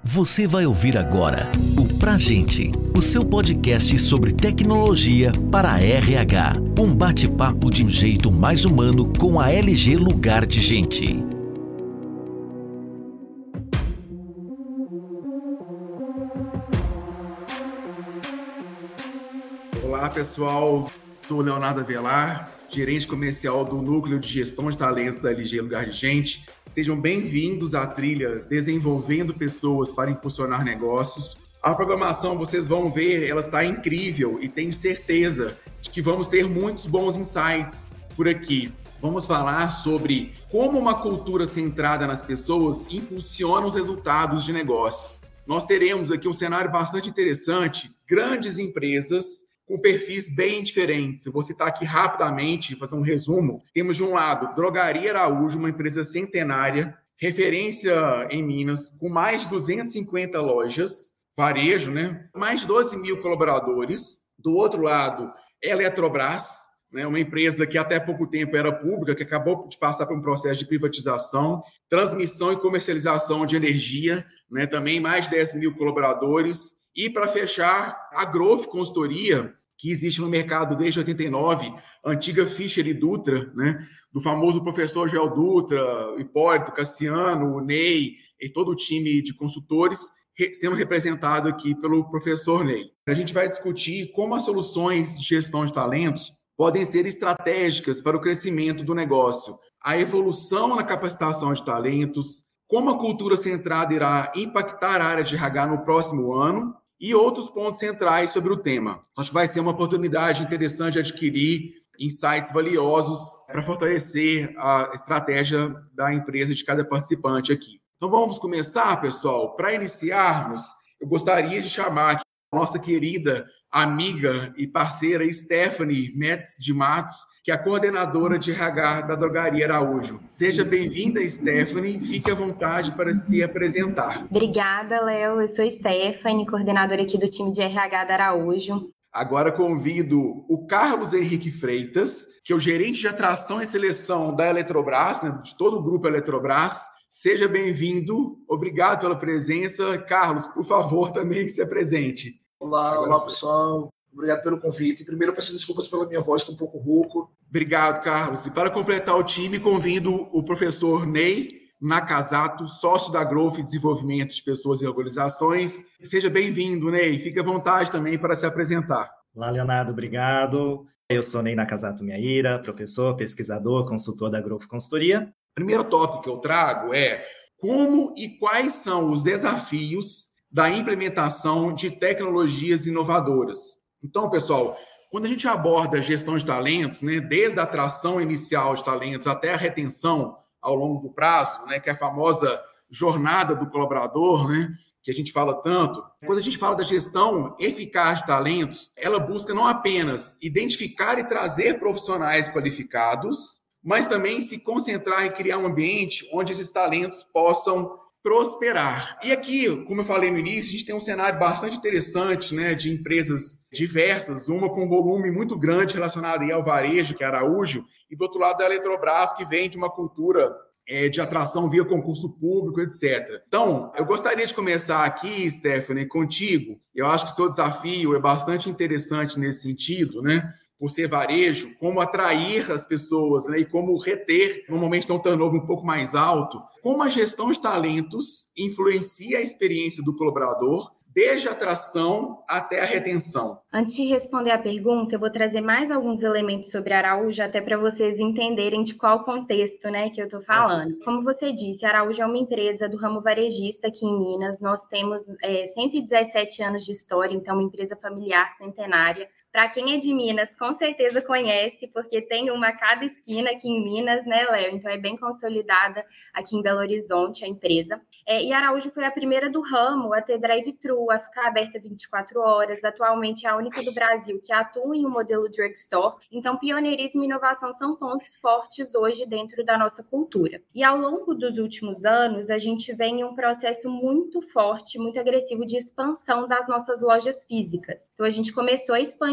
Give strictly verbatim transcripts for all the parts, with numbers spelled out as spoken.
Você vai ouvir agora o Pra Gente, o seu podcast sobre tecnologia para a R H. Um bate-papo de um jeito mais humano com a L G Lugar de Gente. Olá pessoal, sou o Leonardo Avelar, gerente comercial do Núcleo de Gestão de Talentos da L G Lugar de Gente. Sejam bem-vindos à trilha Desenvolvendo Pessoas para Impulsionar Negócios. A programação, vocês vão ver, ela está incrível e tenho certeza de que vamos ter muitos bons insights por aqui. Vamos falar sobre como uma cultura centrada nas pessoas impulsiona os resultados de negócios. Nós teremos aqui um cenário bastante interessante, grandes empresas com perfis bem diferentes. Eu vou citar aqui rapidamente, fazer um resumo. Temos de um lado, Drogaria Araújo, uma empresa centenária, referência em Minas, com mais de duzentas e cinquenta lojas, varejo, né? Mais de doze mil colaboradores. Do outro lado, Eletrobras, né? Uma empresa que até pouco tempo era pública, que acabou de passar por um processo de privatização, transmissão e comercialização de energia, né? Também mais de dez mil colaboradores. E para fechar, a Growth Consultoria, que existe no mercado desde oitenta e nove, antiga Fischer e Dutra, né? Do famoso professor Joel Dutra, Hipólito, Cassiano, Ney e todo o time de consultores, sendo representado aqui pelo professor Ney. A gente vai discutir como as soluções de gestão de talentos podem ser estratégicas para o crescimento do negócio, a evolução na capacitação de talentos, como a cultura centrada irá impactar a área de R H no próximo ano e outros pontos centrais sobre o tema. Acho que vai ser uma oportunidade interessante de adquirir insights valiosos para fortalecer a estratégia da empresa de cada participante aqui. Então vamos começar, pessoal. Para iniciarmos, eu gostaria de chamar aqui a nossa querida amiga e parceira Stephanie Metz de Matos, que é a coordenadora de R H da Drogaria Araújo. Seja bem-vinda, Stephanie. Fique à vontade para se apresentar. Obrigada, Léo. Eu sou Stephanie, coordenadora aqui do time de R H da Araújo. Agora convido o Carlos Henrique Freitas, que é o gerente de atração e seleção da Eletrobras, né, de todo o grupo Eletrobras. Seja bem-vindo. Obrigado pela presença. Carlos, por favor, também se apresente. Olá, Agora, olá pessoal. Obrigado pelo convite. Primeiro, peço desculpas pela minha voz, estou um pouco rouco. Obrigado, Carlos. E para completar o time, convido o professor Ney Nakazato, sócio da Growth Desenvolvimento de Pessoas e Organizações. Seja bem-vindo, Ney. Fique à vontade também para se apresentar. Olá, Leonardo. Obrigado. Eu sou Ney Nakazato Miaíra, professor, pesquisador, consultor da Growth Consultoria. O primeiro tópico que eu trago é como e quais são os desafios da implementação de tecnologias inovadoras. Então, pessoal, quando a gente aborda gestão de talentos, né, desde a atração inicial de talentos até a retenção ao longo do prazo, né, que é a famosa jornada do colaborador, né, que a gente fala tanto, quando a gente fala da gestão eficaz de talentos, ela busca não apenas identificar e trazer profissionais qualificados, mas também se concentrar em criar um ambiente onde esses talentos possam prosperar. E aqui, como eu falei no início, a gente tem um cenário bastante interessante, né, de empresas diversas, uma com um volume muito grande relacionado aí ao varejo, que é Araújo, e do outro lado a Eletrobras, que vem de uma cultura é, de atração via concurso público, etcétera. Então, eu gostaria de começar aqui, Stephanie, contigo. Eu acho que o seu desafio é bastante interessante nesse sentido, né? Por ser varejo, como atrair as pessoas, né, e como reter, normalmente tem um turnover um pouco mais alto, como a gestão de talentos influencia a experiência do colaborador, desde a atração até a retenção. Antes de responder a pergunta, eu vou trazer mais alguns elementos sobre Araújo, até para vocês entenderem de qual contexto, né, que eu estou falando. Como você disse, Araújo é uma empresa do ramo varejista aqui em Minas. Nós temos é, cento e dezessete anos de história, então uma empresa familiar centenária. Para quem é de Minas, com certeza conhece, porque tem uma a cada esquina aqui em Minas, né, Léo? Então é bem consolidada aqui em Belo Horizonte a empresa. É, e Araújo foi a primeira do ramo a ter drive-thru, a ficar aberta vinte e quatro horas. Atualmente é a única do Brasil que atua em um modelo drugstore. Então, pioneirismo e inovação são pontos fortes hoje dentro da nossa cultura. E ao longo dos últimos anos, a gente vem em um processo muito forte, muito agressivo de expansão das nossas lojas físicas. Então, a gente começou a expandir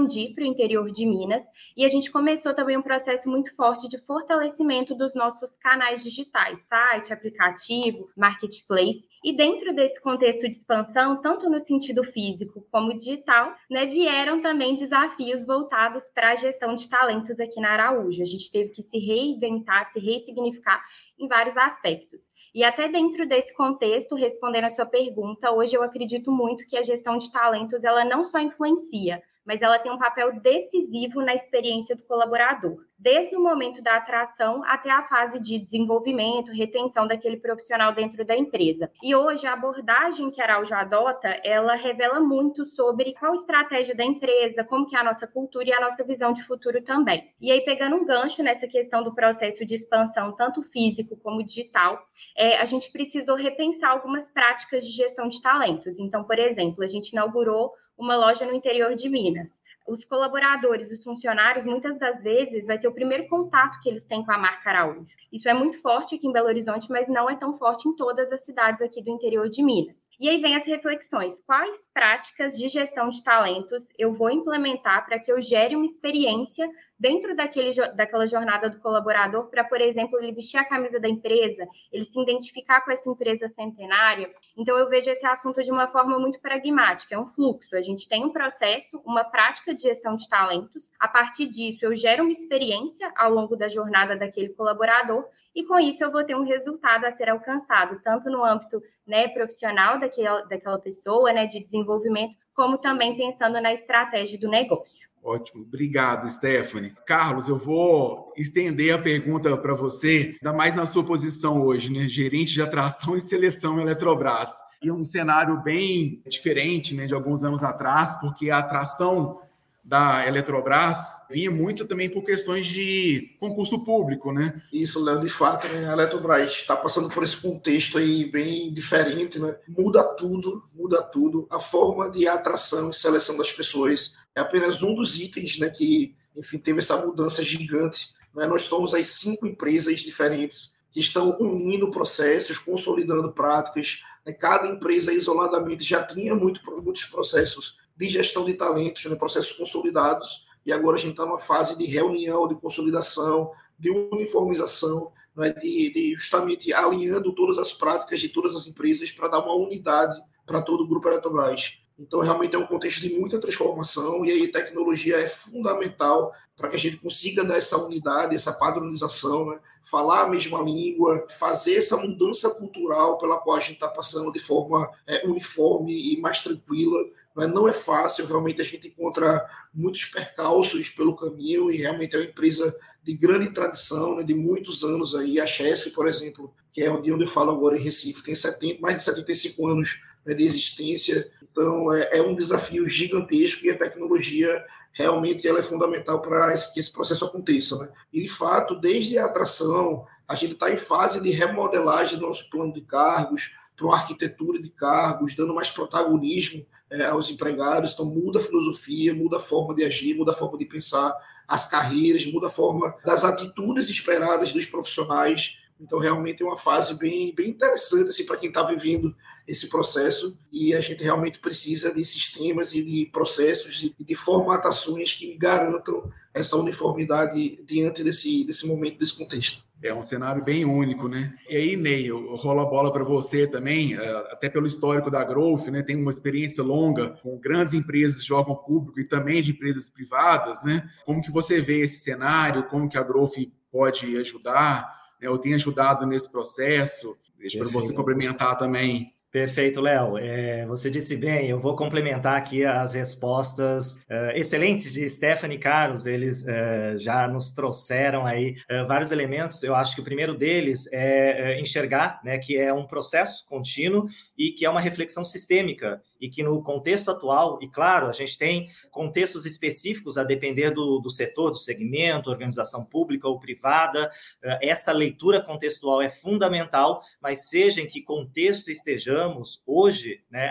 expandir para o interior de Minas e a gente começou também um processo muito forte de fortalecimento dos nossos canais digitais, site, aplicativo, marketplace. E dentro desse contexto de expansão, tanto no sentido físico como digital, né, vieram também desafios voltados para a gestão de talentos aqui na Araújo. A gente teve que se reinventar, se ressignificar em vários aspectos. E até dentro desse contexto, respondendo a sua pergunta, hoje eu acredito muito que a gestão de talentos, ela não só influencia, mas ela tem um papel decisivo na experiência do colaborador, desde o momento da atração até a fase de desenvolvimento, retenção daquele profissional dentro da empresa. E hoje a abordagem que a Araújo adota, ela revela muito sobre qual a estratégia da empresa, como que é a nossa cultura e a nossa visão de futuro também. E aí, pegando um gancho nessa questão do processo de expansão, tanto físico como digital, é, a gente precisou repensar algumas práticas de gestão de talentos. Então, por exemplo, a gente inaugurou uma loja no interior de Minas. Os colaboradores, os funcionários, muitas das vezes, vai ser o primeiro contato que eles têm com a marca Araújo. Isso é muito forte aqui em Belo Horizonte, mas não é tão forte em todas as cidades aqui do interior de Minas. E aí vem as reflexões. Quais práticas de gestão de talentos eu vou implementar para que eu gere uma experiência dentro daquele, daquela jornada do colaborador para, por exemplo, ele vestir a camisa da empresa, ele se identificar com essa empresa centenária? Então, eu vejo esse assunto de uma forma muito pragmática, é um fluxo. A gente tem um processo, uma prática de gestão de talentos. A partir disso, eu gero uma experiência ao longo da jornada daquele colaborador e, com isso, eu vou ter um resultado a ser alcançado, tanto no âmbito, né, profissional daquela, daquela pessoa, né, de desenvolvimento, como também pensando na estratégia do negócio. Ótimo, obrigado, Stephanie. Carlos, eu vou estender a pergunta para você, ainda mais na sua posição hoje, né? Gerente de atração e seleção Eletrobras. E um cenário bem diferente, né, de alguns anos atrás, porque a atração da Eletrobras vinha muito também por questões de concurso público, né? Isso, Léo, de fato, né? A Eletrobras está passando por esse contexto aí bem diferente, né? Muda tudo, muda tudo. A forma de atração e seleção das pessoas é apenas um dos itens, né, que, enfim, teve essa mudança gigante, né? Nós somos aí cinco empresas diferentes que estão unindo processos, consolidando práticas, né? Cada empresa isoladamente já tinha muito, muitos processos de gestão de talentos, né, processos consolidados, e agora a gente está numa fase de reunião, de consolidação, de uniformização, né, de, de justamente alinhando todas as práticas de todas as empresas para dar uma unidade para todo o Grupo Eletrobras. Então, realmente é um contexto de muita transformação, e aí tecnologia é fundamental para que a gente consiga dar essa unidade, essa padronização, né, falar a mesma língua, fazer essa mudança cultural pela qual a gente está passando de forma é, uniforme e mais tranquila. Não é fácil, realmente a gente encontra muitos percalços pelo caminho e realmente é uma empresa de grande tradição, né, de muitos anos aí. A Chesf, por exemplo, que é onde eu falo agora em Recife, tem setenta, mais de setenta e cinco anos, né, de existência. Então é, é um desafio gigantesco e a tecnologia realmente ela é fundamental para que esse processo aconteça, né? E de fato, desde a atração, a gente está em fase de remodelagem do nosso plano de cargos, para uma arquitetura de cargos, dando mais protagonismo é, aos empregados. Então, muda a filosofia, muda a forma de agir, muda a forma de pensar as carreiras, muda a forma das atitudes esperadas dos profissionais. Então, realmente é uma fase bem, bem interessante assim, para quem está vivendo esse processo, e a gente realmente precisa de sistemas e de processos e de formatações que garantam essa uniformidade diante desse, desse momento, desse contexto. É um cenário bem único, né? E aí, Ney, eu rolo a bola para você também, até pelo histórico da Growth, né? Tem uma experiência longa com grandes empresas de órgão público e também de empresas privadas, né? Como que você vê esse cenário? Como que a Growth pode ajudar? Eu tenho ajudado nesse processo. Deixa para você complementar também. Perfeito, Léo. É, você disse bem, eu vou complementar aqui as respostas uh, excelentes de Stephanie e Carlos. Eles uh, já nos trouxeram aí uh, vários elementos. Eu acho que o primeiro deles é uh, enxergar, né, que é um processo contínuo e que é uma reflexão sistêmica, e que no contexto atual, e claro, a gente tem contextos específicos a depender do, do setor, do segmento, organização pública ou privada, essa leitura contextual é fundamental, mas seja em que contexto estejamos, hoje, né,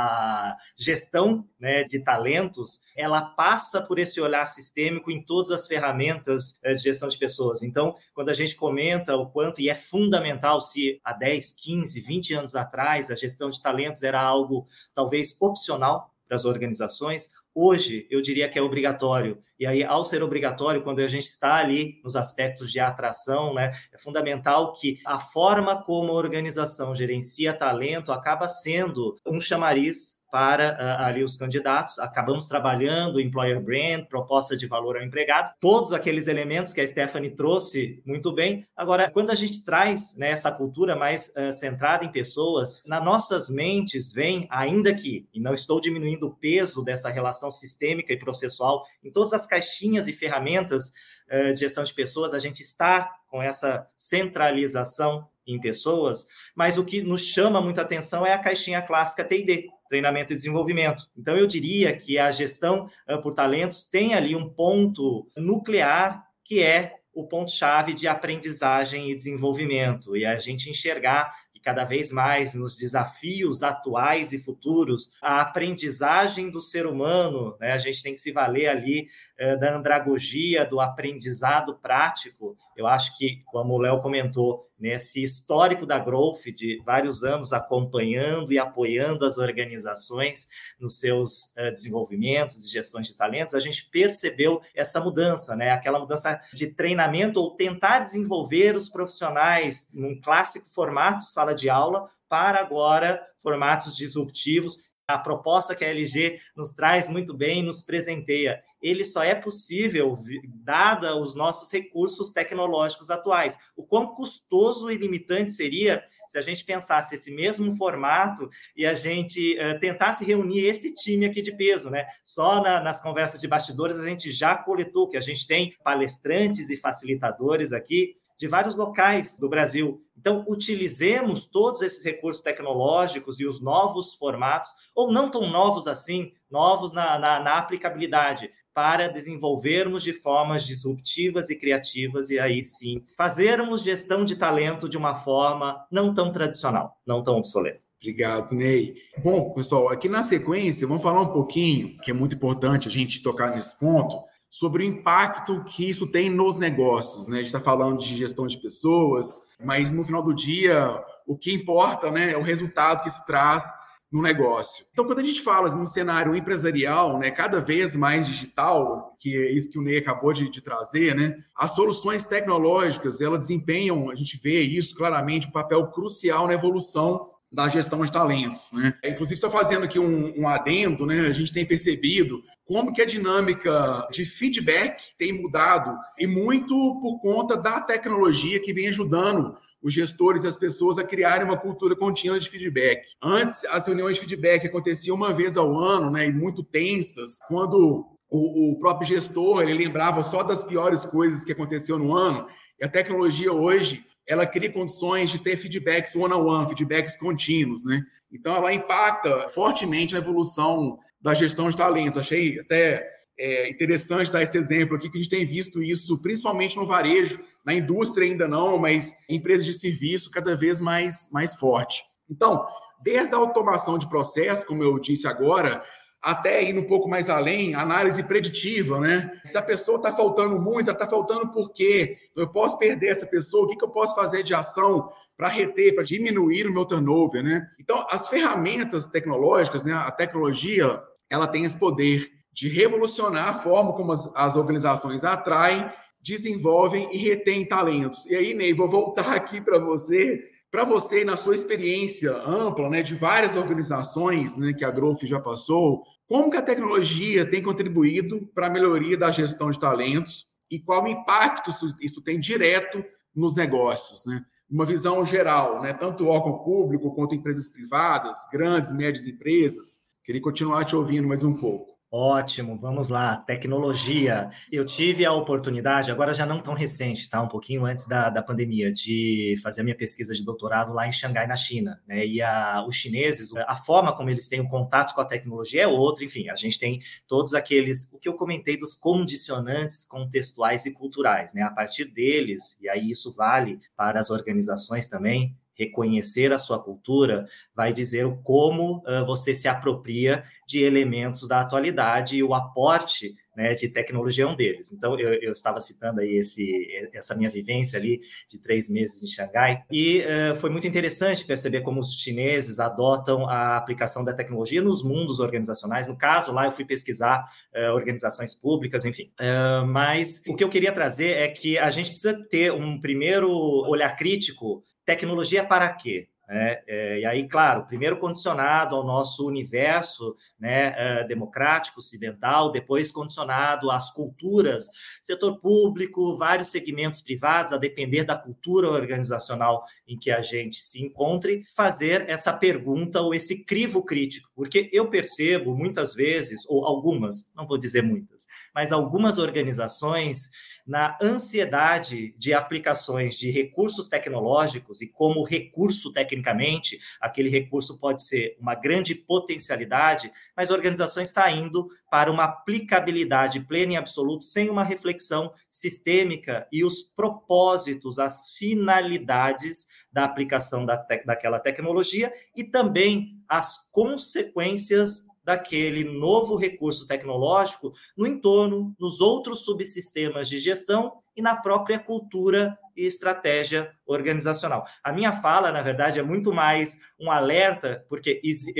a gestão, né, de talentos, ela passa por esse olhar sistêmico em todas as ferramentas de gestão de pessoas. Então, quando a gente comenta o quanto, e é fundamental, se há dez, quinze, vinte anos atrás a gestão de talentos era algo talvez opcional para as organizações, Hoje, eu diria que é obrigatório. E aí, ao ser obrigatório, quando a gente está ali nos aspectos de atração, né, é fundamental que a forma como a organização gerencia talento acaba sendo um chamariz para uh, ali os candidatos. Acabamos trabalhando employer brand, proposta de valor ao empregado, todos aqueles elementos que a Stephanie trouxe muito bem. Agora, quando a gente traz, né, essa cultura mais uh, centrada em pessoas, nas nossas mentes vem, ainda que, e não estou diminuindo o peso dessa relação sistêmica e processual, em todas as caixinhas e ferramentas uh, de gestão de pessoas, a gente está com essa centralização em pessoas, mas o que nos chama muita atenção é a caixinha clássica T e D, treinamento e desenvolvimento. Então, eu diria que a gestão uh, por talentos tem ali um ponto nuclear, que é o ponto-chave de aprendizagem e desenvolvimento, e a gente enxergar que cada vez mais nos desafios atuais e futuros, a aprendizagem do ser humano, né, a gente tem que se valer ali uh, da andragogia, do aprendizado prático. Eu acho que, como o Léo comentou, nesse histórico da Growth, de vários anos acompanhando e apoiando as organizações nos seus uh, desenvolvimentos e gestões de talentos, a gente percebeu essa mudança, né? Aquela mudança de treinamento ou tentar desenvolver os profissionais num clássico formato sala de aula para agora formatos disruptivos. A proposta que a L G nos traz muito bem, nos presenteia. Ele só é possível, dada os nossos recursos tecnológicos atuais. O quão custoso e limitante seria se a gente pensasse esse mesmo formato e a gente uh, tentasse reunir esse time aqui de peso, né? Só na, nas conversas de bastidores a gente já coletou, que a gente tem palestrantes e facilitadores aqui de vários locais do Brasil. Então, utilizemos todos esses recursos tecnológicos e os novos formatos, ou não tão novos assim, novos na, na, na aplicabilidade, para desenvolvermos de formas disruptivas e criativas e aí sim, fazermos gestão de talento de uma forma não tão tradicional, não tão obsoleta. Obrigado, Ney. Bom, pessoal, aqui na sequência, vamos falar um pouquinho, que é muito importante a gente tocar nesse ponto, sobre o impacto que isso tem nos negócios, né? A gente está falando de gestão de pessoas, mas no final do dia, o que importa, né, é o resultado que isso traz no negócio. Então, quando a gente fala num cenário empresarial, né, cada vez mais digital, que é isso que o Ney acabou de, de trazer, né, as soluções tecnológicas, elas desempenham, a gente vê isso claramente, um papel crucial na evolução da gestão de talentos, né? Inclusive, só fazendo aqui um, um adendo, né? A gente tem percebido como que a dinâmica de feedback tem mudado, e muito por conta da tecnologia que vem ajudando os gestores e as pessoas a criarem uma cultura contínua de feedback. Antes, as reuniões de feedback aconteciam uma vez ao ano, né? E muito tensas, quando o, o próprio gestor ele lembrava só das piores coisas que aconteceu no ano, e a tecnologia hoje ela cria condições de ter feedbacks one-on-one, feedbacks contínuos, né? Então, ela impacta fortemente na evolução da gestão de talentos. Achei até é, interessante dar esse exemplo aqui, que a gente tem visto isso principalmente no varejo, na indústria ainda não, mas em empresas de serviço cada vez mais, mais forte. Então, desde a automação de processos, como eu disse agora, até indo um pouco mais além, análise preditiva, né? Se a pessoa está faltando muito, ela está faltando por quê? Eu posso perder essa pessoa, o que, que eu posso fazer de ação para reter, para diminuir o meu turnover, né? Então, as ferramentas tecnológicas, né? A tecnologia, ela tem esse poder de revolucionar a forma como as, as organizações atraem, desenvolvem e retêm talentos. E aí, Ney, vou voltar aqui para você, para você, na sua experiência ampla, né, de várias organizações, né, que a Growth já passou, como que a tecnologia tem contribuído para a melhoria da gestão de talentos e qual o impacto isso tem direto nos negócios, né? Uma visão geral, né, tanto o órgão público quanto empresas privadas, grandes e médias empresas. Queria continuar te ouvindo mais um pouco. Ótimo, vamos lá, tecnologia. Eu tive a oportunidade, agora já não tão recente, tá? Um pouquinho antes da, da pandemia, de fazer a minha pesquisa de doutorado lá em Xangai, na China, né? E a, os chineses, a forma como eles têm o contato com a tecnologia é outra, enfim, a gente tem todos aqueles, o que eu comentei dos condicionantes contextuais e culturais, né? A partir deles, e aí isso vale para as organizações também, reconhecer a sua cultura, vai dizer como uh, você se apropria de elementos da atualidade e o aporte né, de tecnologia é um deles. Então, eu, eu estava citando aí esse, essa minha vivência ali de três meses em Xangai, e uh, foi muito interessante perceber como os chineses adotam a aplicação da tecnologia nos mundos organizacionais. No caso, lá eu fui pesquisar uh, organizações públicas, enfim. Uh, mas o que eu queria trazer é que a gente precisa ter um primeiro olhar crítico. Tecnologia para quê? É, é, e aí, claro, primeiro condicionado ao nosso universo, né, é, democrático, ocidental, depois condicionado às culturas, setor público, vários segmentos privados, a depender da cultura organizacional em que a gente se encontre, fazer essa pergunta ou esse crivo crítico, porque eu percebo muitas vezes, ou algumas, não vou dizer muitas, mas algumas organizações na ansiedade de aplicações de recursos tecnológicos e como recurso, tecnicamente, aquele recurso pode ser uma grande potencialidade, mas organizações saindo para uma aplicabilidade plena e absoluta, sem uma reflexão sistêmica e os propósitos, as finalidades da aplicação da te- daquela tecnologia e também as consequências daquele novo recurso tecnológico no entorno, nos outros subsistemas de gestão e na própria cultura e estratégia organizacional. A minha fala, na verdade, é muito mais um alerta, porque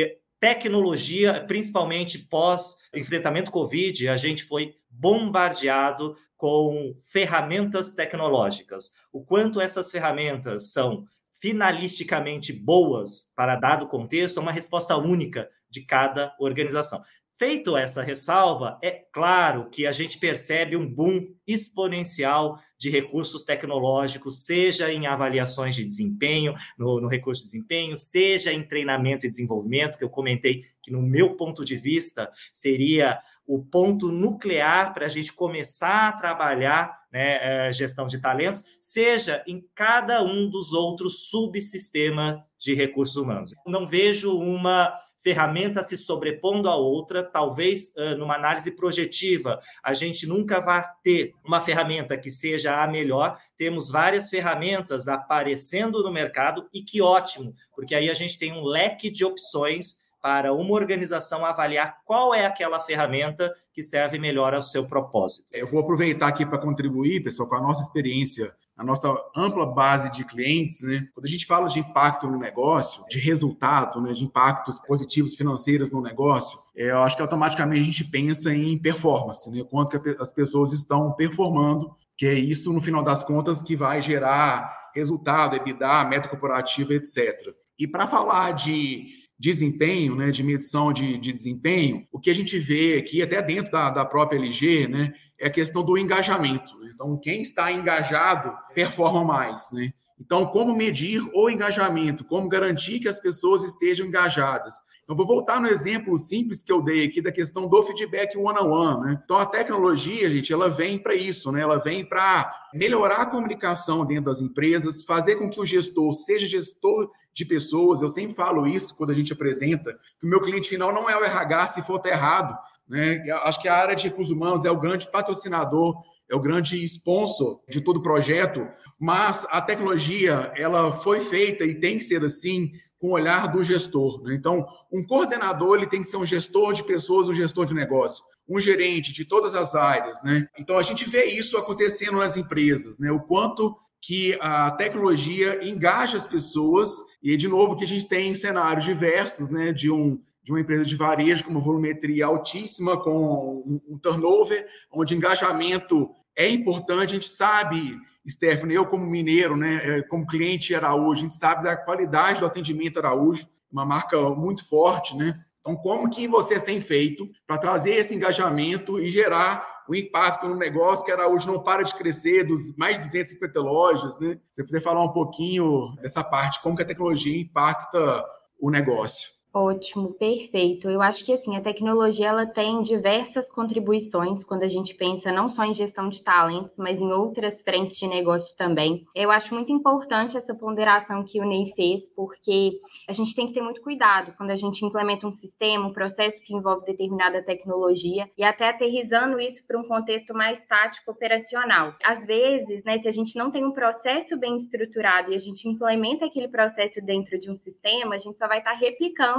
tecnologia, principalmente pós-enfrentamento Covid, a gente foi bombardeado com ferramentas tecnológicas. O quanto essas ferramentas são finalisticamente boas para dado contexto, é uma resposta única de cada organização. Feito essa ressalva, é claro que a gente percebe um boom exponencial de recursos tecnológicos, seja em avaliações de desempenho, no, no recurso de desempenho, seja em treinamento e desenvolvimento, que eu comentei que, no meu ponto de vista, seria o ponto nuclear para a gente começar a trabalhar, né, gestão de talentos, seja em cada um dos outros subsistemas de recursos humanos. Não vejo uma ferramenta se sobrepondo à outra, talvez numa análise projetiva a gente nunca vai ter uma ferramenta que seja a melhor. Temos várias ferramentas aparecendo no mercado e que ótimo, porque aí a gente tem um leque de opções para uma organização avaliar qual é aquela ferramenta que serve melhor ao seu propósito. Eu vou aproveitar aqui para contribuir, pessoal, com a nossa experiência, a nossa ampla base de clientes, né? Quando a gente fala de impacto no negócio, de resultado, né, de impactos positivos financeiros no negócio, eu acho que automaticamente a gente pensa em performance, né? Quanto que as pessoas estão performando, que é isso, no final das contas, que vai gerar resultado, EBITDA, meta corporativa, etcétera. E para falar de desempenho, né, de medição de, de desempenho, o que a gente vê aqui, até dentro da, da própria L G, né, é a questão do engajamento. Né? Então, quem está engajado performa mais, né? Então, como medir o engajamento? Como garantir que as pessoas estejam engajadas? Eu vou voltar no exemplo simples que eu dei aqui da questão do feedback one-on-one, né? Então, a tecnologia, gente, ela vem para isso, né? Ela vem para melhorar a comunicação dentro das empresas, fazer com que o gestor seja gestor de pessoas. Eu sempre falo isso quando a gente apresenta, que o meu cliente final não é o R H se for errado, né? Eu acho que a área de recursos humanos é o grande patrocinador, é o grande sponsor de todo o projeto, mas a tecnologia ela foi feita e tem que ser assim com o olhar do gestor, né? Então, um coordenador ele tem que ser um gestor de pessoas, um gestor de negócio, um gerente de todas as áreas, né? Então, a gente vê isso acontecendo nas empresas, né? O quanto que a tecnologia engaja as pessoas e, de novo, que a gente tem cenários diversos, né? De um de uma empresa de varejo com uma volumetria altíssima, com um turnover, onde engajamento é importante. A gente sabe, Stephanie, eu como mineiro, né, como cliente Araújo, a gente sabe da qualidade do atendimento Araújo, uma marca muito forte, né? Então, como que vocês têm feito para trazer esse engajamento e gerar o impacto no negócio que Araújo não para de crescer, dos mais de duzentas e cinquenta lojas, né? Você poder falar um pouquinho dessa parte, como que a tecnologia impacta o negócio? Ótimo, perfeito. Eu acho que assim, a tecnologia ela tem diversas contribuições quando a gente pensa não só em gestão de talentos, mas em outras frentes de negócio também. Eu acho muito importante essa ponderação que o Ney fez, porque a gente tem que ter muito cuidado quando a gente implementa um sistema, um processo que envolve determinada tecnologia e até aterrissando isso para um contexto mais tático operacional. Às vezes, né, se a gente não tem um processo bem estruturado e a gente implementa aquele processo dentro de um sistema, a gente só vai estar replicando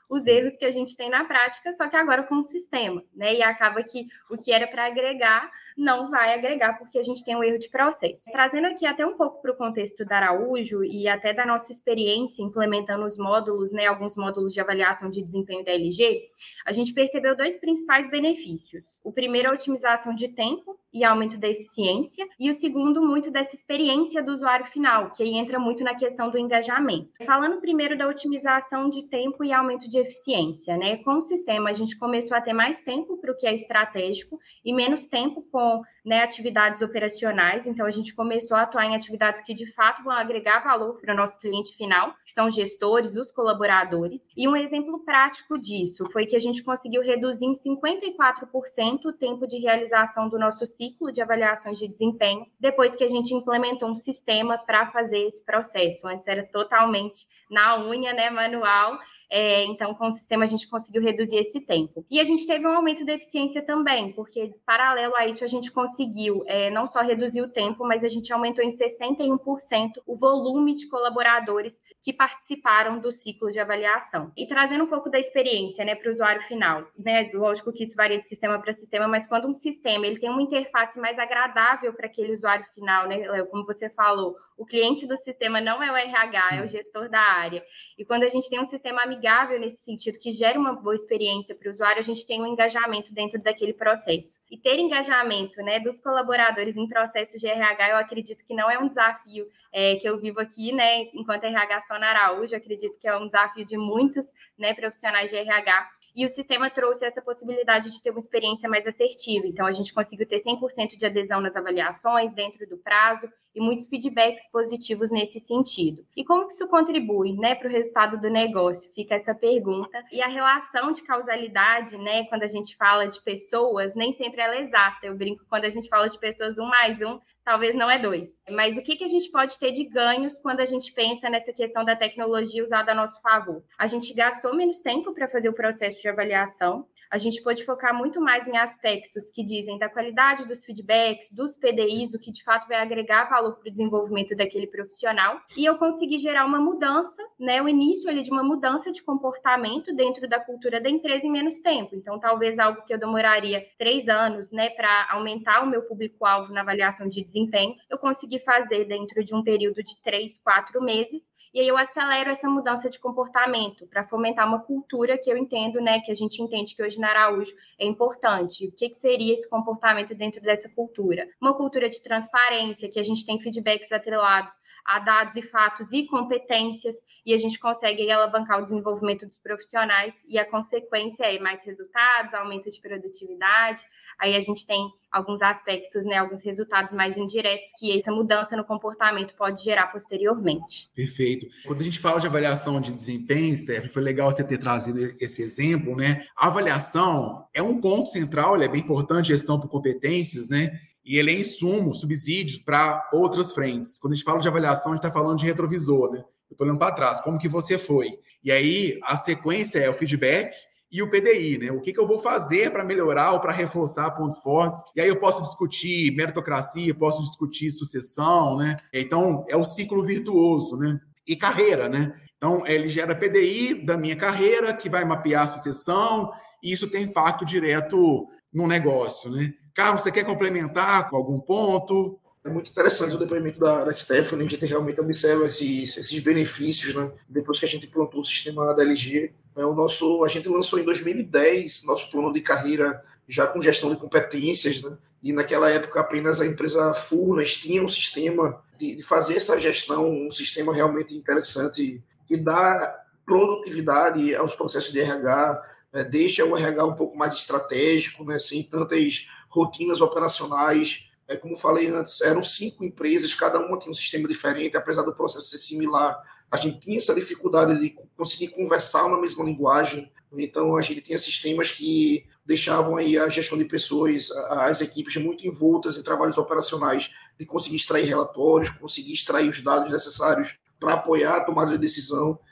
os erros que a gente tem na prática, só que agora com um sistema, né? E acaba que o que era para agregar não vai agregar porque a gente tem um erro de processo. Trazendo aqui até um pouco para o contexto da Araújo e até da nossa experiência implementando os módulos, né, alguns módulos de avaliação de desempenho da L G, a gente percebeu dois principais benefícios. O primeiro é a otimização de tempo e aumento da eficiência, e o segundo, muito dessa experiência do usuário final, que aí entra muito na questão do engajamento. Falando primeiro da otimização de tempo e aumento de eficiência, né? Com o sistema, a gente começou a ter mais tempo para o que é estratégico e menos tempo com, né, atividades operacionais, então a gente começou a atuar em atividades que de fato vão agregar valor para o nosso cliente final, que são os gestores, os colaboradores, e um exemplo prático disso foi que a gente conseguiu reduzir em cinquenta e quatro por cento o tempo de realização do nosso ciclo de avaliações de desempenho, depois que a gente implementou um sistema para fazer esse processo. Antes era totalmente na unha, né, manual. É, então, com o sistema, a gente conseguiu reduzir esse tempo. E a gente teve um aumento de eficiência também, porque, paralelo a isso, a gente conseguiu é, não só reduzir o tempo, mas a gente aumentou em sessenta e um por cento o volume de colaboradores que participaram do ciclo de avaliação. E trazendo um pouco da experiência, né, para o usuário final. Né? Lógico que isso varia de sistema para sistema, mas quando um sistema ele tem uma interface mais agradável para aquele usuário final, né, Léo, como você falou, o cliente do sistema não é o R H, é o gestor da área. E quando a gente tem um sistema amigável nesse sentido, que gera uma boa experiência para o usuário, a gente tem um engajamento dentro daquele processo. E ter engajamento, né, dos colaboradores em processos de R H, eu acredito que não é um desafio é, que eu vivo aqui, né, enquanto R H só na Araújo, eu acredito que é um desafio de muitos, né, profissionais de R H. E o sistema trouxe essa possibilidade de ter uma experiência mais assertiva. Então, a gente conseguiu ter cem por cento de adesão nas avaliações dentro do prazo e muitos feedbacks positivos nesse sentido. E como que isso contribui, né, para o resultado do negócio? Fica essa pergunta. E a relação de causalidade, né, quando a gente fala de pessoas, nem sempre ela é exata. Eu brinco, quando a gente fala de pessoas, um mais um, talvez não é dois. Mas o que, que a gente pode ter de ganhos quando a gente pensa nessa questão da tecnologia usada a nosso favor? A gente gastou menos tempo para fazer o processo de avaliação, a gente pode focar muito mais em aspectos que dizem da qualidade dos feedbacks, dos P D Is, o que de fato vai agregar valor para o desenvolvimento daquele profissional, e eu consegui gerar uma mudança, né, o início ali de uma mudança de comportamento dentro da cultura da empresa em menos tempo. Então, talvez algo que eu demoraria três anos, né, para aumentar o meu público-alvo na avaliação de desempenho, eu consegui fazer dentro de um período de três, quatro meses, e aí eu acelero essa mudança de comportamento para fomentar uma cultura que eu entendo, né, que a gente entende que hoje na Araújo é importante. O que, que seria esse comportamento dentro dessa cultura? Uma cultura de transparência, que a gente tem feedbacks atrelados a dados e fatos e competências, e a gente consegue aí alavancar o desenvolvimento dos profissionais, e a consequência é mais resultados, aumento de produtividade. Aí a gente tem alguns aspectos, né, alguns resultados mais indiretos que essa mudança no comportamento pode gerar posteriormente. Perfeito. Quando a gente fala de avaliação de desempenho, Stephanie, foi legal você ter trazido esse exemplo, né? A avaliação é um ponto central, ele é bem importante, gestão por competências, né? E ele é insumo, subsídios para outras frentes. Quando a gente fala de avaliação, a gente está falando de retrovisor, né? Eu estou olhando para trás, como que você foi? E aí, a sequência é o feedback e o P D I, né? O que, que eu vou fazer para melhorar ou para reforçar pontos fortes? E aí eu posso discutir meritocracia, posso discutir sucessão, né? Então, é o ciclo virtuoso, né? E carreira, né? Então, ele gera P D I da minha carreira, que vai mapear a sucessão, e isso tem impacto direto no negócio, né? Carlos, você quer complementar com algum ponto? É muito interessante o depoimento da, da Stephanie, a gente realmente observa esses, esses benefícios, né? Depois que a gente implantou o sistema da L G. Né? O nosso, a gente lançou em dois mil e dez nosso plano de carreira já com gestão de competências, né? E naquela época apenas a empresa Furnas tinha um sistema de, de fazer essa gestão, um sistema realmente interessante que dá produtividade aos processos de R H, né? Deixa o R H um pouco mais estratégico, né? Sem tantas rotinas operacionais. É, como falei antes, eram cinco empresas, cada uma tinha um sistema diferente, apesar do processo ser similar, a gente tinha essa dificuldade de conseguir conversar na mesma linguagem, então a gente tinha sistemas que deixavam aí a gestão de pessoas, as equipes muito envoltas em trabalhos operacionais, de conseguir extrair relatórios, conseguir extrair os dados necessários para apoiar a tomada de decisão.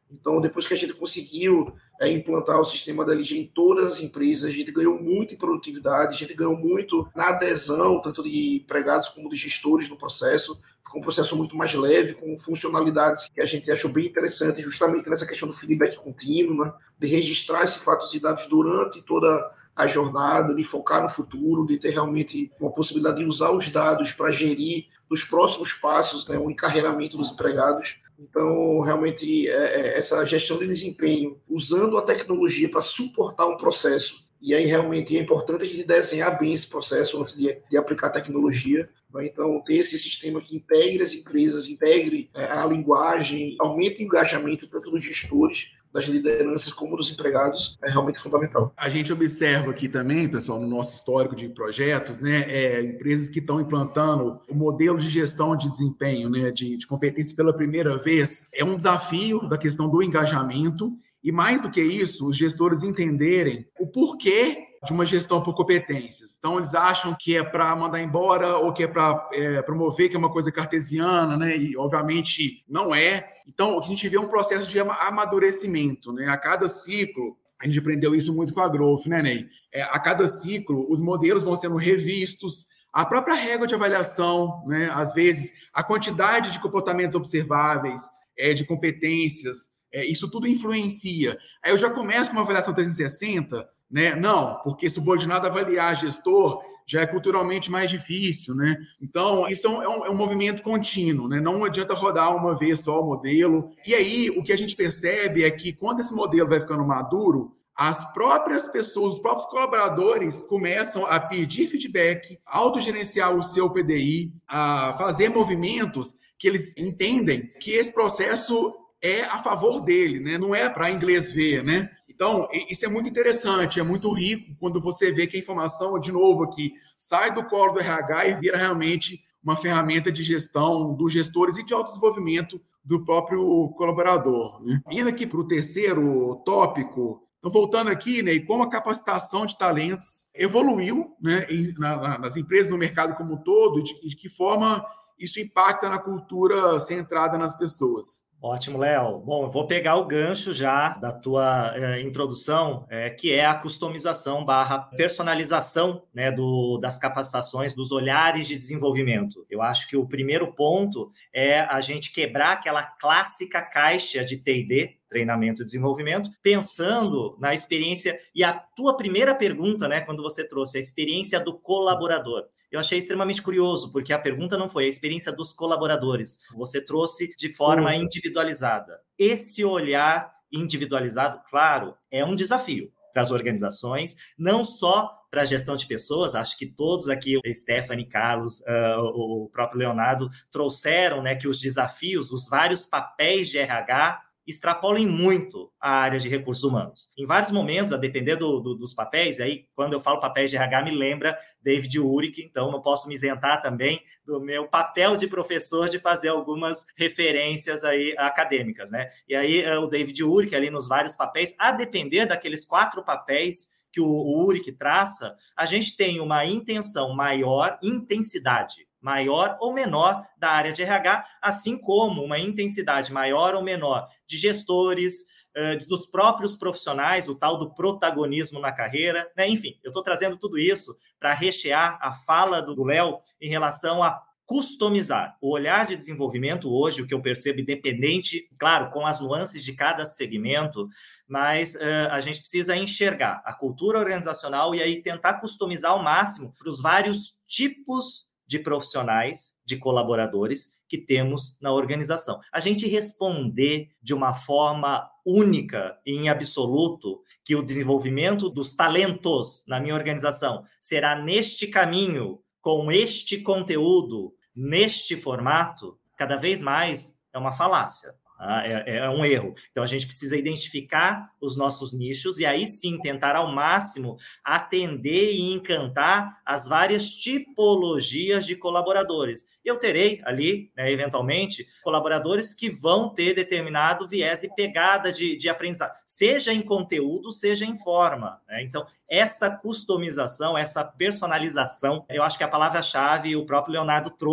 Então, depois que a gente conseguiu é, implantar o sistema da L G em todas as empresas, a gente ganhou muito em produtividade, a gente ganhou muito na adesão, tanto de empregados como de gestores no processo. Ficou um processo muito mais leve, com funcionalidades que a gente achou bem interessante, justamente nessa questão do feedback contínuo, né? De registrar esses fatos e dados durante toda a jornada, de focar no futuro, de ter realmente uma possibilidade de usar os dados para gerir os próximos passos, né? O encarreiramento dos empregados. Então, realmente, é, é, essa gestão de desempenho, usando a tecnologia para suportar um processo, e aí realmente é importante a gente desenhar bem esse processo antes de, de aplicar a tecnologia. Né? Então, ter esse sistema que integre as empresas, integre é, a linguagem, aumente o engajamento tanto dos gestores, das lideranças como dos empregados, é realmente fundamental. A gente observa aqui também, pessoal, no nosso histórico de projetos, né, é, empresas que estão implantando o modelo de gestão de desempenho, né, de, de competência pela primeira vez. É um desafio da questão do engajamento e, mais do que isso, os gestores entenderem o porquê de uma gestão por competências. Então, eles acham que é para mandar embora ou que é para é, promover, que é uma coisa cartesiana, né? E, obviamente, não é. Então, o que a gente vê é um processo de amadurecimento, né? A cada ciclo, a gente aprendeu isso muito com a Growth, né, Ney? É, a cada ciclo, os modelos vão sendo revistos, a própria régua de avaliação, né? Às vezes, a quantidade de comportamentos observáveis, é, de competências, é, isso tudo influencia. Aí eu já começo com uma avaliação trezentos e sessenta, né? Não, porque subordinado avaliar gestor já é culturalmente mais difícil, né? Então, isso é um, é um, é um movimento contínuo, né? Não adianta rodar uma vez só o modelo. E aí, o que a gente percebe é que quando esse modelo vai ficando maduro, as próprias pessoas, os próprios colaboradores começam a pedir feedback, autogerenciar o seu P D I, a fazer movimentos que eles entendem que esse processo é a favor dele, né? Não é para inglês ver, né? Então, isso é muito interessante, é muito rico quando você vê que a informação, de novo aqui, sai do colo do R H e vira realmente uma ferramenta de gestão dos gestores e de autodesenvolvimento do próprio colaborador, né? Indo aqui para o terceiro tópico, então, voltando aqui, né, como a capacitação de talentos evoluiu, né, na, nas empresas, no mercado como um todo, e de, de que forma isso impacta na cultura centrada nas pessoas. Ótimo, Léo. Bom, eu vou pegar o gancho já da tua eh, introdução, eh, que é a customização barra personalização, né, do, das capacitações, dos olhares de desenvolvimento. Eu acho que o primeiro ponto é a gente quebrar aquela clássica caixa de T e D, treinamento e desenvolvimento, pensando na experiência, e a tua primeira pergunta, né, quando você trouxe a experiência do colaborador. Eu achei extremamente curioso, porque a pergunta não foi a experiência dos colaboradores. Você trouxe de forma individualizada. Esse olhar individualizado, claro, é um desafio para as organizações, não só para a gestão de pessoas. Acho que todos aqui, Stephanie, Carlos, uh, o próprio Leonardo, trouxeram, né, que os desafios, os vários papéis de R H extrapolem muito a área de recursos humanos. Em vários momentos, a depender do, do, dos papéis, aí quando eu falo papéis de R H, me lembra David Urich, então não posso me isentar também do meu papel de professor de fazer algumas referências aí acadêmicas, né? E aí o David Urich, ali nos vários papéis, a depender daqueles quatro papéis que o, o Urich traça, a gente tem uma intenção maior, intensidade maior ou menor da área de R H, assim como uma intensidade maior ou menor de gestores, dos próprios profissionais, o tal do protagonismo na carreira, né? Enfim, eu estou trazendo tudo isso para rechear a fala do Léo em relação a customizar. O olhar de desenvolvimento hoje, o que eu percebo, independente, claro, com as nuances de cada segmento, mas uh, a gente precisa enxergar a cultura organizacional e aí tentar customizar ao máximo para os vários tipos de profissionais, de colaboradores que temos na organização. A gente responder de uma forma única e em absoluto que o desenvolvimento dos talentos na minha organização será neste caminho, com este conteúdo, neste formato, cada vez mais é uma falácia. Ah, é, é um erro. Então, a gente precisa identificar os nossos nichos e aí sim tentar ao máximo atender e encantar as várias tipologias de colaboradores. Eu terei ali, né, eventualmente, colaboradores que vão ter determinado viés e pegada de, de aprendizado, seja em conteúdo, seja em forma, né? Então, essa customização, essa personalização, eu acho que a palavra-chave o próprio Leonardo trouxe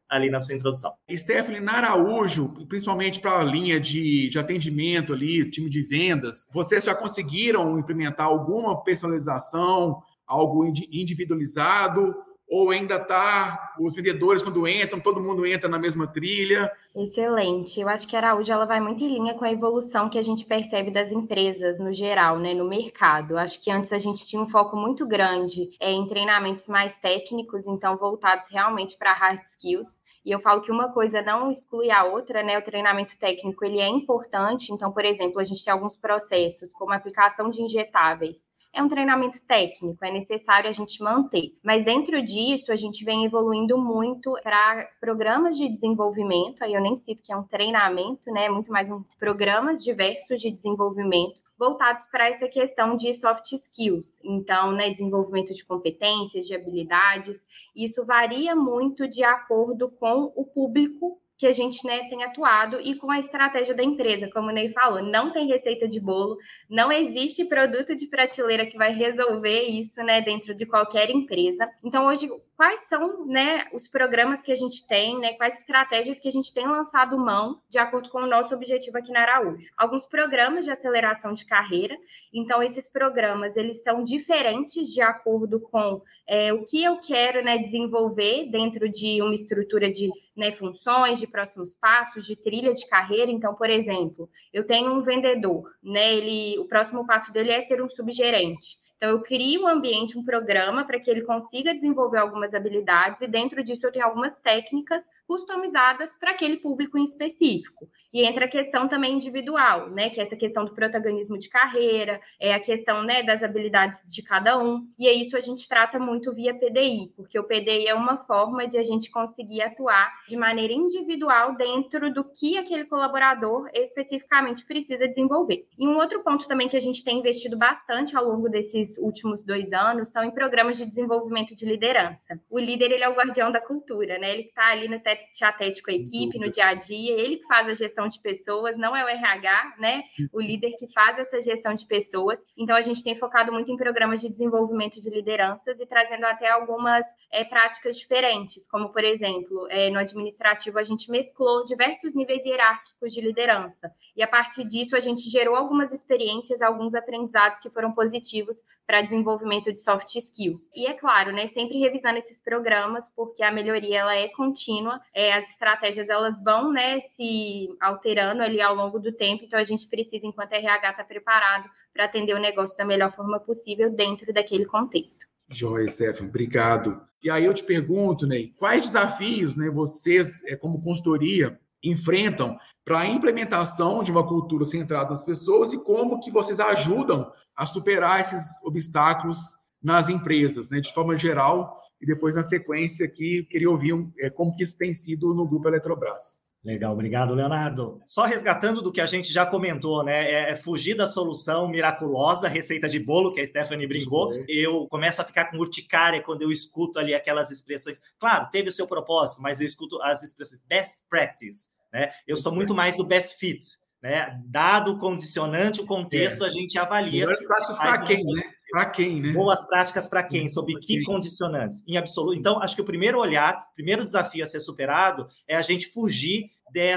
ali na sua introdução. Stephanie, na Araújo, principalmente para a linha de, de atendimento ali, time de vendas, vocês já conseguiram implementar alguma personalização, algo individualizado? Ou ainda está os vendedores, quando entram, todo mundo entra na mesma trilha? Excelente. Eu acho que a Araújo ela vai muito em linha com a evolução que a gente percebe das empresas no geral, né, no mercado. Eu acho que antes a gente tinha um foco muito grande é, em treinamentos mais técnicos, então voltados realmente para hard skills. E eu falo que uma coisa não exclui a outra, né? O treinamento técnico ele é importante. Então, por exemplo, a gente tem alguns processos, como a aplicação de injetáveis. É um treinamento técnico, é necessário a gente manter. Mas dentro disso, a gente vem evoluindo muito para programas de desenvolvimento, aí eu nem cito que é um treinamento, né? É muito mais um programas diversos de desenvolvimento, voltados para essa questão de soft skills. Então, né, desenvolvimento de competências, de habilidades. Isso varia muito de acordo com o público que a gente, né, tem atuado e com a estratégia da empresa, como o Ney falou, não tem receita de bolo, não existe produto de prateleira que vai resolver isso, né, dentro de qualquer empresa. Então, hoje, quais são, né, os programas que a gente tem, né, quais estratégias que a gente tem lançado mão de acordo com o nosso objetivo aqui na Araújo? Alguns programas de aceleração de carreira, então esses programas, eles são diferentes de acordo com é, o que eu quero, né, desenvolver dentro de uma estrutura de, né, funções, de próximos passos, de trilha de carreira. Então, por exemplo, eu tenho um vendedor, né, ele, o próximo passo dele é ser um subgerente. Então, eu crio um ambiente, um programa para que ele consiga desenvolver algumas habilidades e dentro disso eu tenho algumas técnicas customizadas para aquele público em específico. E entra a questão também individual, né? Que é essa questão do protagonismo de carreira, é a questão, né, das habilidades de cada um. E é isso a gente trata muito via P D I, porque o P D I é uma forma de a gente conseguir atuar de maneira individual dentro do que aquele colaborador especificamente precisa desenvolver. E um outro ponto também que a gente tem investido bastante ao longo desses últimos dois anos são em programas de desenvolvimento de liderança. O líder, ele é o guardião da cultura, né? Ele que está ali no tete a tete com a equipe, no dia a dia, ele que faz a gestão de pessoas, não é o R H, né? O líder que faz essa gestão de pessoas. Então, a gente tem focado muito em programas de desenvolvimento de lideranças e trazendo até algumas é, práticas diferentes, como, por exemplo, é, no administrativo, a gente mesclou diversos níveis hierárquicos de liderança. E, a partir disso, a gente gerou algumas experiências, alguns aprendizados que foram positivos para desenvolvimento de soft skills. E, é claro, né, sempre revisando esses programas, porque a melhoria ela é contínua, é, as estratégias elas vão, né, se alterando ali ao longo do tempo, então a gente precisa, enquanto R H, estar preparado para atender o negócio da melhor forma possível dentro daquele contexto. Joia, Stephanie, obrigado. E aí eu te pergunto, Ney, quais desafios, né, vocês, como consultoria, enfrentam para a implementação de uma cultura centrada nas pessoas e como que vocês ajudam a superar esses obstáculos nas empresas, né, de forma geral, e depois, na sequência, aqui, queria ouvir um, é, como que isso tem sido no Grupo Eletrobras. Legal, obrigado, Leonardo. Só resgatando do que a gente já comentou, né? É, é fugir da solução miraculosa, receita de bolo, que a Stephanie brincou. Eu começo a ficar com urticária quando eu escuto ali aquelas expressões. Claro, teve o seu propósito, mas eu escuto as expressões best practice, né? Eu sou muito mais do best fit, né? Dado o condicionante, o contexto, é. a gente avalia. Boas práticas para quem, né? Para quem, né? Boas práticas para quem? Sob pra que quem? Condicionantes? Em absoluto. Então, acho que o primeiro olhar, o primeiro desafio a ser superado é a gente fugir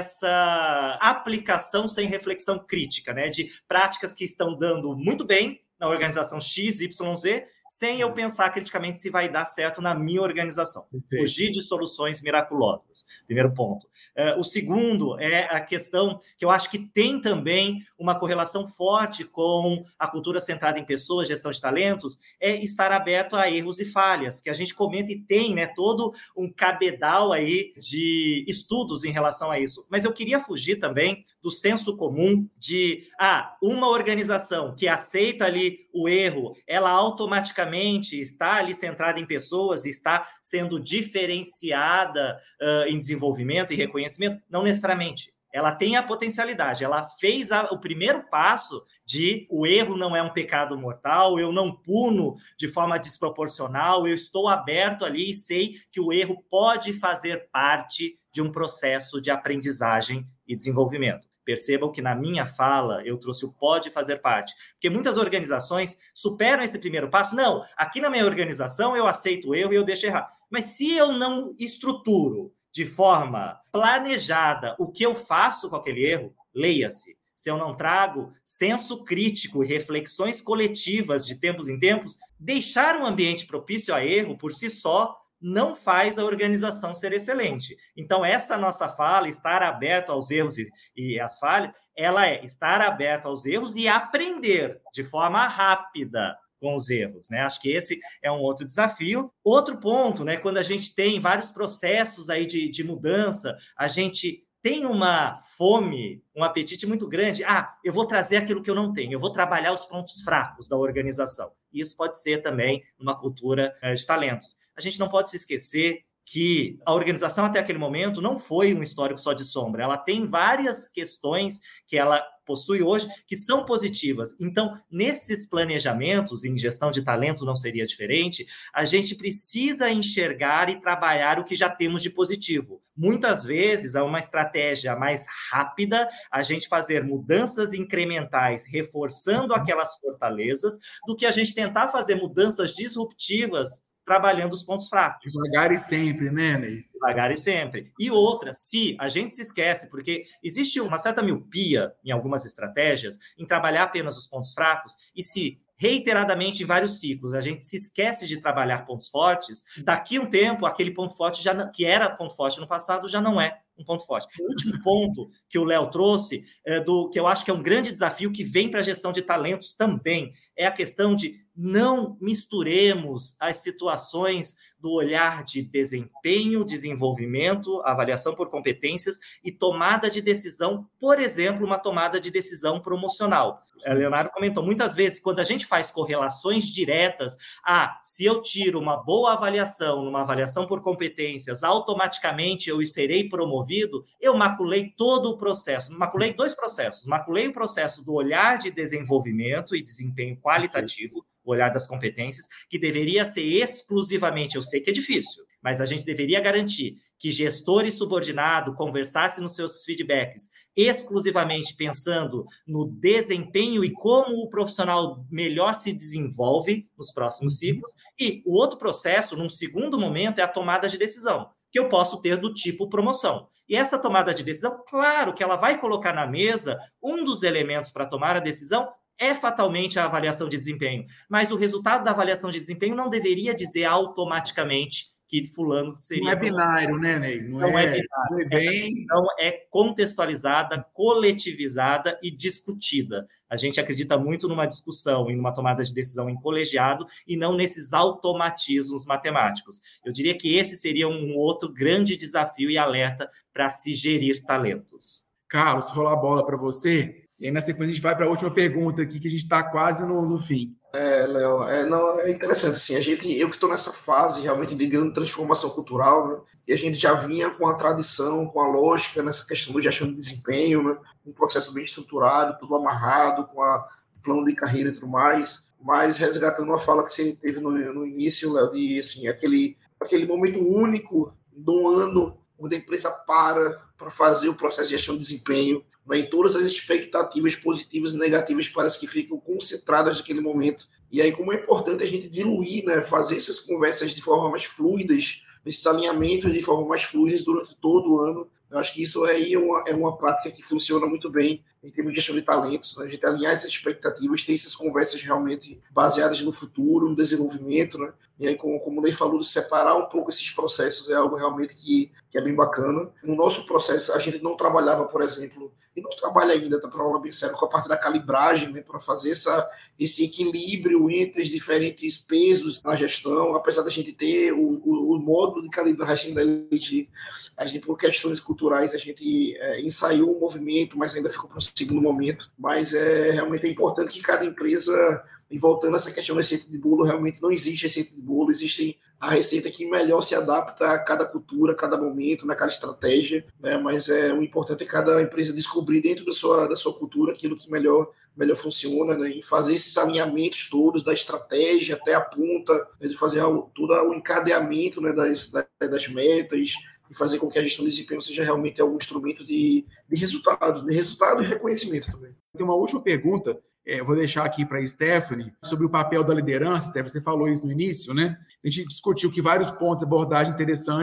dessa aplicação sem reflexão crítica, né? De práticas que estão dando muito bem na organização X, Y, Z, sem eu pensar criticamente se vai dar certo na minha organização. Perfeito. Fugir de soluções miraculosas. Primeiro ponto. Uh, o segundo é a questão que eu acho que tem também uma correlação forte com a cultura centrada em pessoas, gestão de talentos, é estar aberto a erros e falhas, que a gente comenta e tem, né, todo um cabedal aí de estudos em relação a isso. Mas eu queria fugir também do senso comum de, ah, uma organização que aceita ali o erro, ela automaticamente está ali centrada em pessoas, está sendo diferenciada uh, em desenvolvimento e reconhecimento? Não necessariamente. Ela tem a potencialidade, ela fez a, o primeiro passo de o erro não é um pecado mortal, eu não puno de forma desproporcional, eu estou aberto ali e sei que o erro pode fazer parte de um processo de aprendizagem e desenvolvimento. Percebam que na minha fala eu trouxe o pode fazer parte, porque muitas organizações superam esse primeiro passo. Não, aqui na minha organização eu aceito o erro e eu deixo errar. Mas se eu não estruturo, de forma planejada o que eu faço com aquele erro, leia-se. Se eu não trago senso crítico e reflexões coletivas de tempos em tempos, deixar um ambiente propício a erro por si só não faz a organização ser excelente. Então, essa nossa fala, estar aberto aos erros e, e às falhas, ela é estar aberto aos erros e aprender de forma rápida com os erros, né? Acho que esse é um outro desafio. Outro ponto, né? Quando a gente tem vários processos aí de, de mudança, a gente tem uma fome, um apetite muito grande. Ah, eu vou trazer aquilo que eu não tenho, eu vou trabalhar os pontos fracos da organização. Isso pode ser também uma cultura de talentos. A gente não pode se esquecer que a organização até aquele momento não foi um histórico só de sombra. Ela tem várias questões que ela possui hoje que são positivas. Então, nesses planejamentos, em gestão de talento não seria diferente, a gente precisa enxergar e trabalhar o que já temos de positivo. Muitas vezes, é uma estratégia mais rápida a gente fazer mudanças incrementais, reforçando aquelas fortalezas, do que a gente tentar fazer mudanças disruptivas trabalhando os pontos fracos. Devagar e sempre, né, Ney? Devagar e sempre. E outra, se a gente se esquece, porque existe uma certa miopia em algumas estratégias em trabalhar apenas os pontos fracos, e se reiteradamente em vários ciclos a gente se esquece de trabalhar pontos fortes, daqui a um tempo aquele ponto forte, já não, que era ponto forte no passado, já não é um ponto forte. O último ponto que o Léo trouxe, é do, que eu acho que é um grande desafio que vem para a gestão de talentos também, é a questão de não misturemos as situações do olhar de desempenho, desenvolvimento, avaliação por competências e tomada de decisão, por exemplo, uma tomada de decisão promocional. O Leonardo comentou, muitas vezes, quando a gente faz correlações diretas, ah, se eu tiro uma boa avaliação, numa avaliação por competências, automaticamente eu serei promovido, eu maculei todo o processo. Maculei dois processos. Maculei o processo do olhar de desenvolvimento e desempenho qualitativo, o olhar das competências, que deveria ser exclusivamente, eu sei que é difícil, mas a gente deveria garantir que gestor e subordinado conversassem nos seus feedbacks exclusivamente pensando no desempenho e como o profissional melhor se desenvolve nos próximos ciclos. E o outro processo, num segundo momento, é a tomada de decisão, que eu posso ter do tipo promoção. E essa tomada de decisão, claro que ela vai colocar na mesa um dos elementos para tomar a decisão é fatalmente a avaliação de desempenho, mas o resultado da avaliação de desempenho não deveria dizer automaticamente que fulano seria... Não é binário, né, Ney? Não, não é, é binário. Não é bem... Essa decisão é contextualizada, coletivizada e discutida. A gente acredita muito numa discussão e numa tomada de decisão em colegiado e não nesses automatismos matemáticos. Eu diria que esse seria um outro grande desafio e alerta para se gerir talentos. Carlos, rolar a bola para você. E aí, na sequência, a gente vai para a última pergunta aqui, que a gente está quase no, no fim. É, Léo, é, não, é interessante, assim, a gente, eu que estou nessa fase realmente de grande transformação cultural, né, e a gente já vinha com a tradição, com a lógica nessa questão de gestão de desempenho, né, um processo bem estruturado, tudo amarrado, com a plano de carreira e tudo mais, mas resgatando uma fala que você teve no, no início, Léo, de, assim, aquele, aquele momento único do ano onde a empresa para para fazer o processo de gestão de desempenho, né, e todas as expectativas positivas e negativas parece que ficam concentradas naquele momento. E aí, como é importante a gente diluir, né, fazer essas conversas de forma mais fluidas, esses alinhamentos de forma mais fluida durante todo o ano. Eu acho que isso aí é uma, é uma prática que funciona muito bem em termos de gestão de talentos, né? A gente alinhar essas expectativas, ter essas conversas realmente baseadas no futuro, no desenvolvimento, né? E aí, como, como o Ney falou, de separar um pouco esses processos é algo realmente que, que é bem bacana. No nosso processo, a gente não trabalhava, por exemplo, e não trabalha ainda, tá, para falar bem sério, com a parte da calibragem, né, para fazer essa, esse equilíbrio entre os diferentes pesos na gestão, apesar da gente ter o, o, o módulo de calibragem da L G, a gente, por questões culturais, a gente é, ensaiou o movimento, mas ainda ficou para o segundo momento. Mas é realmente é importante que cada empresa, e voltando a essa questão da receita de bolo, realmente não existe receita de bolo, existe a receita que melhor se adapta a cada cultura, a cada momento, na cada estratégia, né? Mas é, o importante é cada empresa descobrir dentro da sua, da sua cultura aquilo que melhor, melhor funciona, né? E fazer esses alinhamentos todos da estratégia até a ponta, né? De fazer todo o encadeamento, né? das, das metas, e fazer com que a gestão de desempenho seja realmente algum instrumento de, de resultado, de resultado e reconhecimento também. Tem uma última pergunta, é, eu vou deixar aqui para a Stephanie, sobre o papel da liderança. Stephanie, você falou isso no início, né? A gente discutiu que vários pontos, abordagens interessantes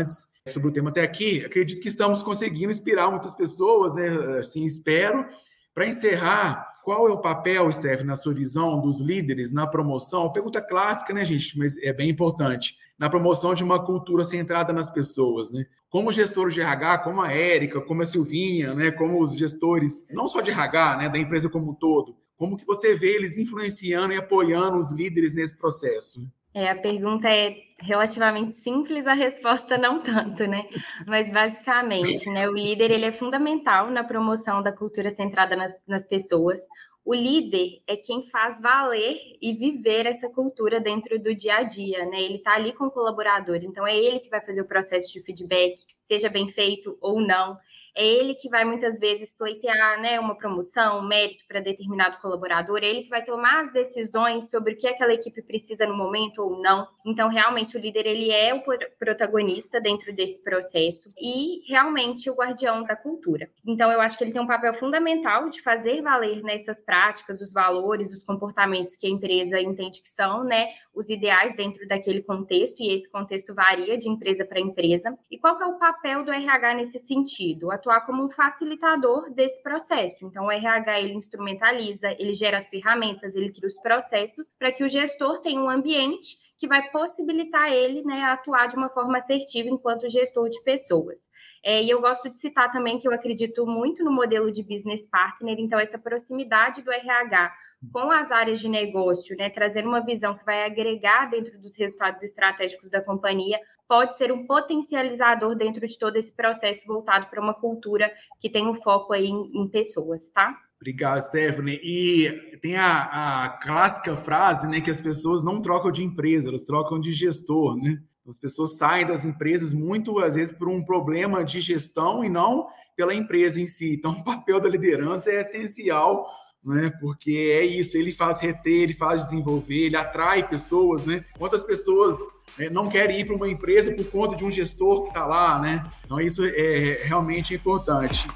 sobre o tema até aqui. Acredito que estamos conseguindo inspirar muitas pessoas, né? Assim, espero. Para encerrar, qual é o papel, Steph, na sua visão, dos líderes na promoção? Pergunta clássica, né, gente? Mas é bem importante. Na promoção de uma cultura centrada nas pessoas, né? Como gestores de R H, como a Érica, como a Silvinha, né? Como os gestores, não só de R H, né? Da empresa como um todo. Como que você vê eles influenciando e apoiando os líderes nesse processo? É, a pergunta é relativamente simples, a resposta não tanto, né? Mas basicamente, né, o líder ele é fundamental na promoção da cultura centrada nas, nas pessoas. O líder é quem faz valer e viver essa cultura dentro do dia a dia, né? Ele está ali com o colaborador, então é ele que vai fazer o processo de feedback, seja bem feito ou não. É ele que vai muitas vezes pleitear, né, uma promoção, um mérito para determinado colaborador, é ele que vai tomar as decisões sobre o que aquela equipe precisa no momento ou não. Então, realmente, o líder ele é o protagonista dentro desse processo e realmente o guardião da cultura. Então, eu acho que ele tem um papel fundamental de fazer valer nessas práticas, os valores, os comportamentos que a empresa entende que são, né, os ideais dentro daquele contexto, e esse contexto varia de empresa para empresa. E qual que é o papel do R H nesse sentido? Atuar como um facilitador desse processo. Então, o R H, ele instrumentaliza, ele gera as ferramentas, ele cria os processos para que o gestor tenha um ambiente que vai possibilitar ele, né, atuar de uma forma assertiva enquanto gestor de pessoas. É, e eu gosto de citar também que eu acredito muito no modelo de business partner, então essa proximidade do R H com as áreas de negócio, né, trazendo uma visão que vai agregar dentro dos resultados estratégicos da companhia, pode ser um potencializador dentro de todo esse processo voltado para uma cultura que tem um foco aí em, em pessoas, tá? Obrigado, Stephanie. E tem a, a clássica frase, né, que as pessoas não trocam de empresa, elas trocam de gestor, né? As pessoas saem das empresas muito, às vezes, por um problema de gestão e não pela empresa em si. Então, o papel da liderança é essencial, né? Porque é isso, ele faz reter, ele faz desenvolver, ele atrai pessoas, né? Quantas pessoas né, não querem ir para uma empresa por conta de um gestor que está lá, né? Então, isso é realmente importante.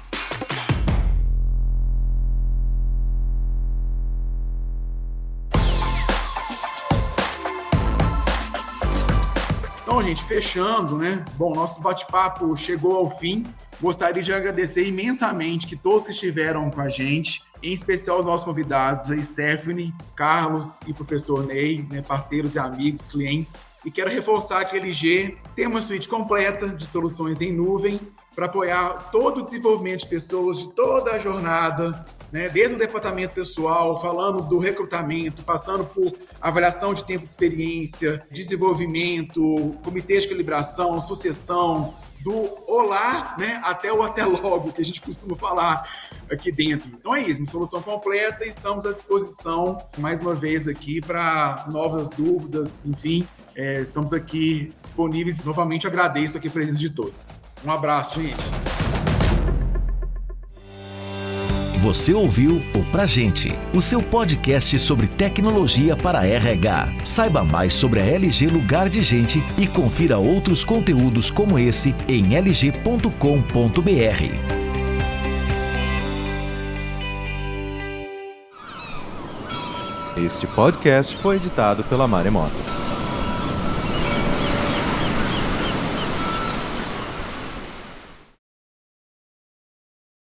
Então, gente, fechando, né? Bom, nosso bate-papo chegou ao fim. Gostaria de agradecer imensamente que todos que estiveram com a gente, em especial os nossos convidados, a Stephanie, Carlos e o professor Ney, né, parceiros e amigos, clientes. E quero reforçar que a L G tem uma suíte completa de soluções em nuvem para apoiar todo o desenvolvimento de pessoas de toda a jornada, né, desde o departamento pessoal, falando do recrutamento, passando por avaliação de tempo de experiência, desenvolvimento, comitê de calibração, sucessão, do olá, né, até o até logo, que a gente costuma falar aqui dentro. Então é isso, uma solução completa, estamos à disposição, mais uma vez aqui, para novas dúvidas, enfim, é, estamos aqui disponíveis. Novamente agradeço aqui a presença de todos. Um abraço, gente. Você ouviu o Pra Gente, o seu podcast sobre tecnologia para R H. Saiba mais sobre a L G Lugar de Gente e confira outros conteúdos como esse em l g ponto com ponto b r. Este podcast foi editado pela Maremoto.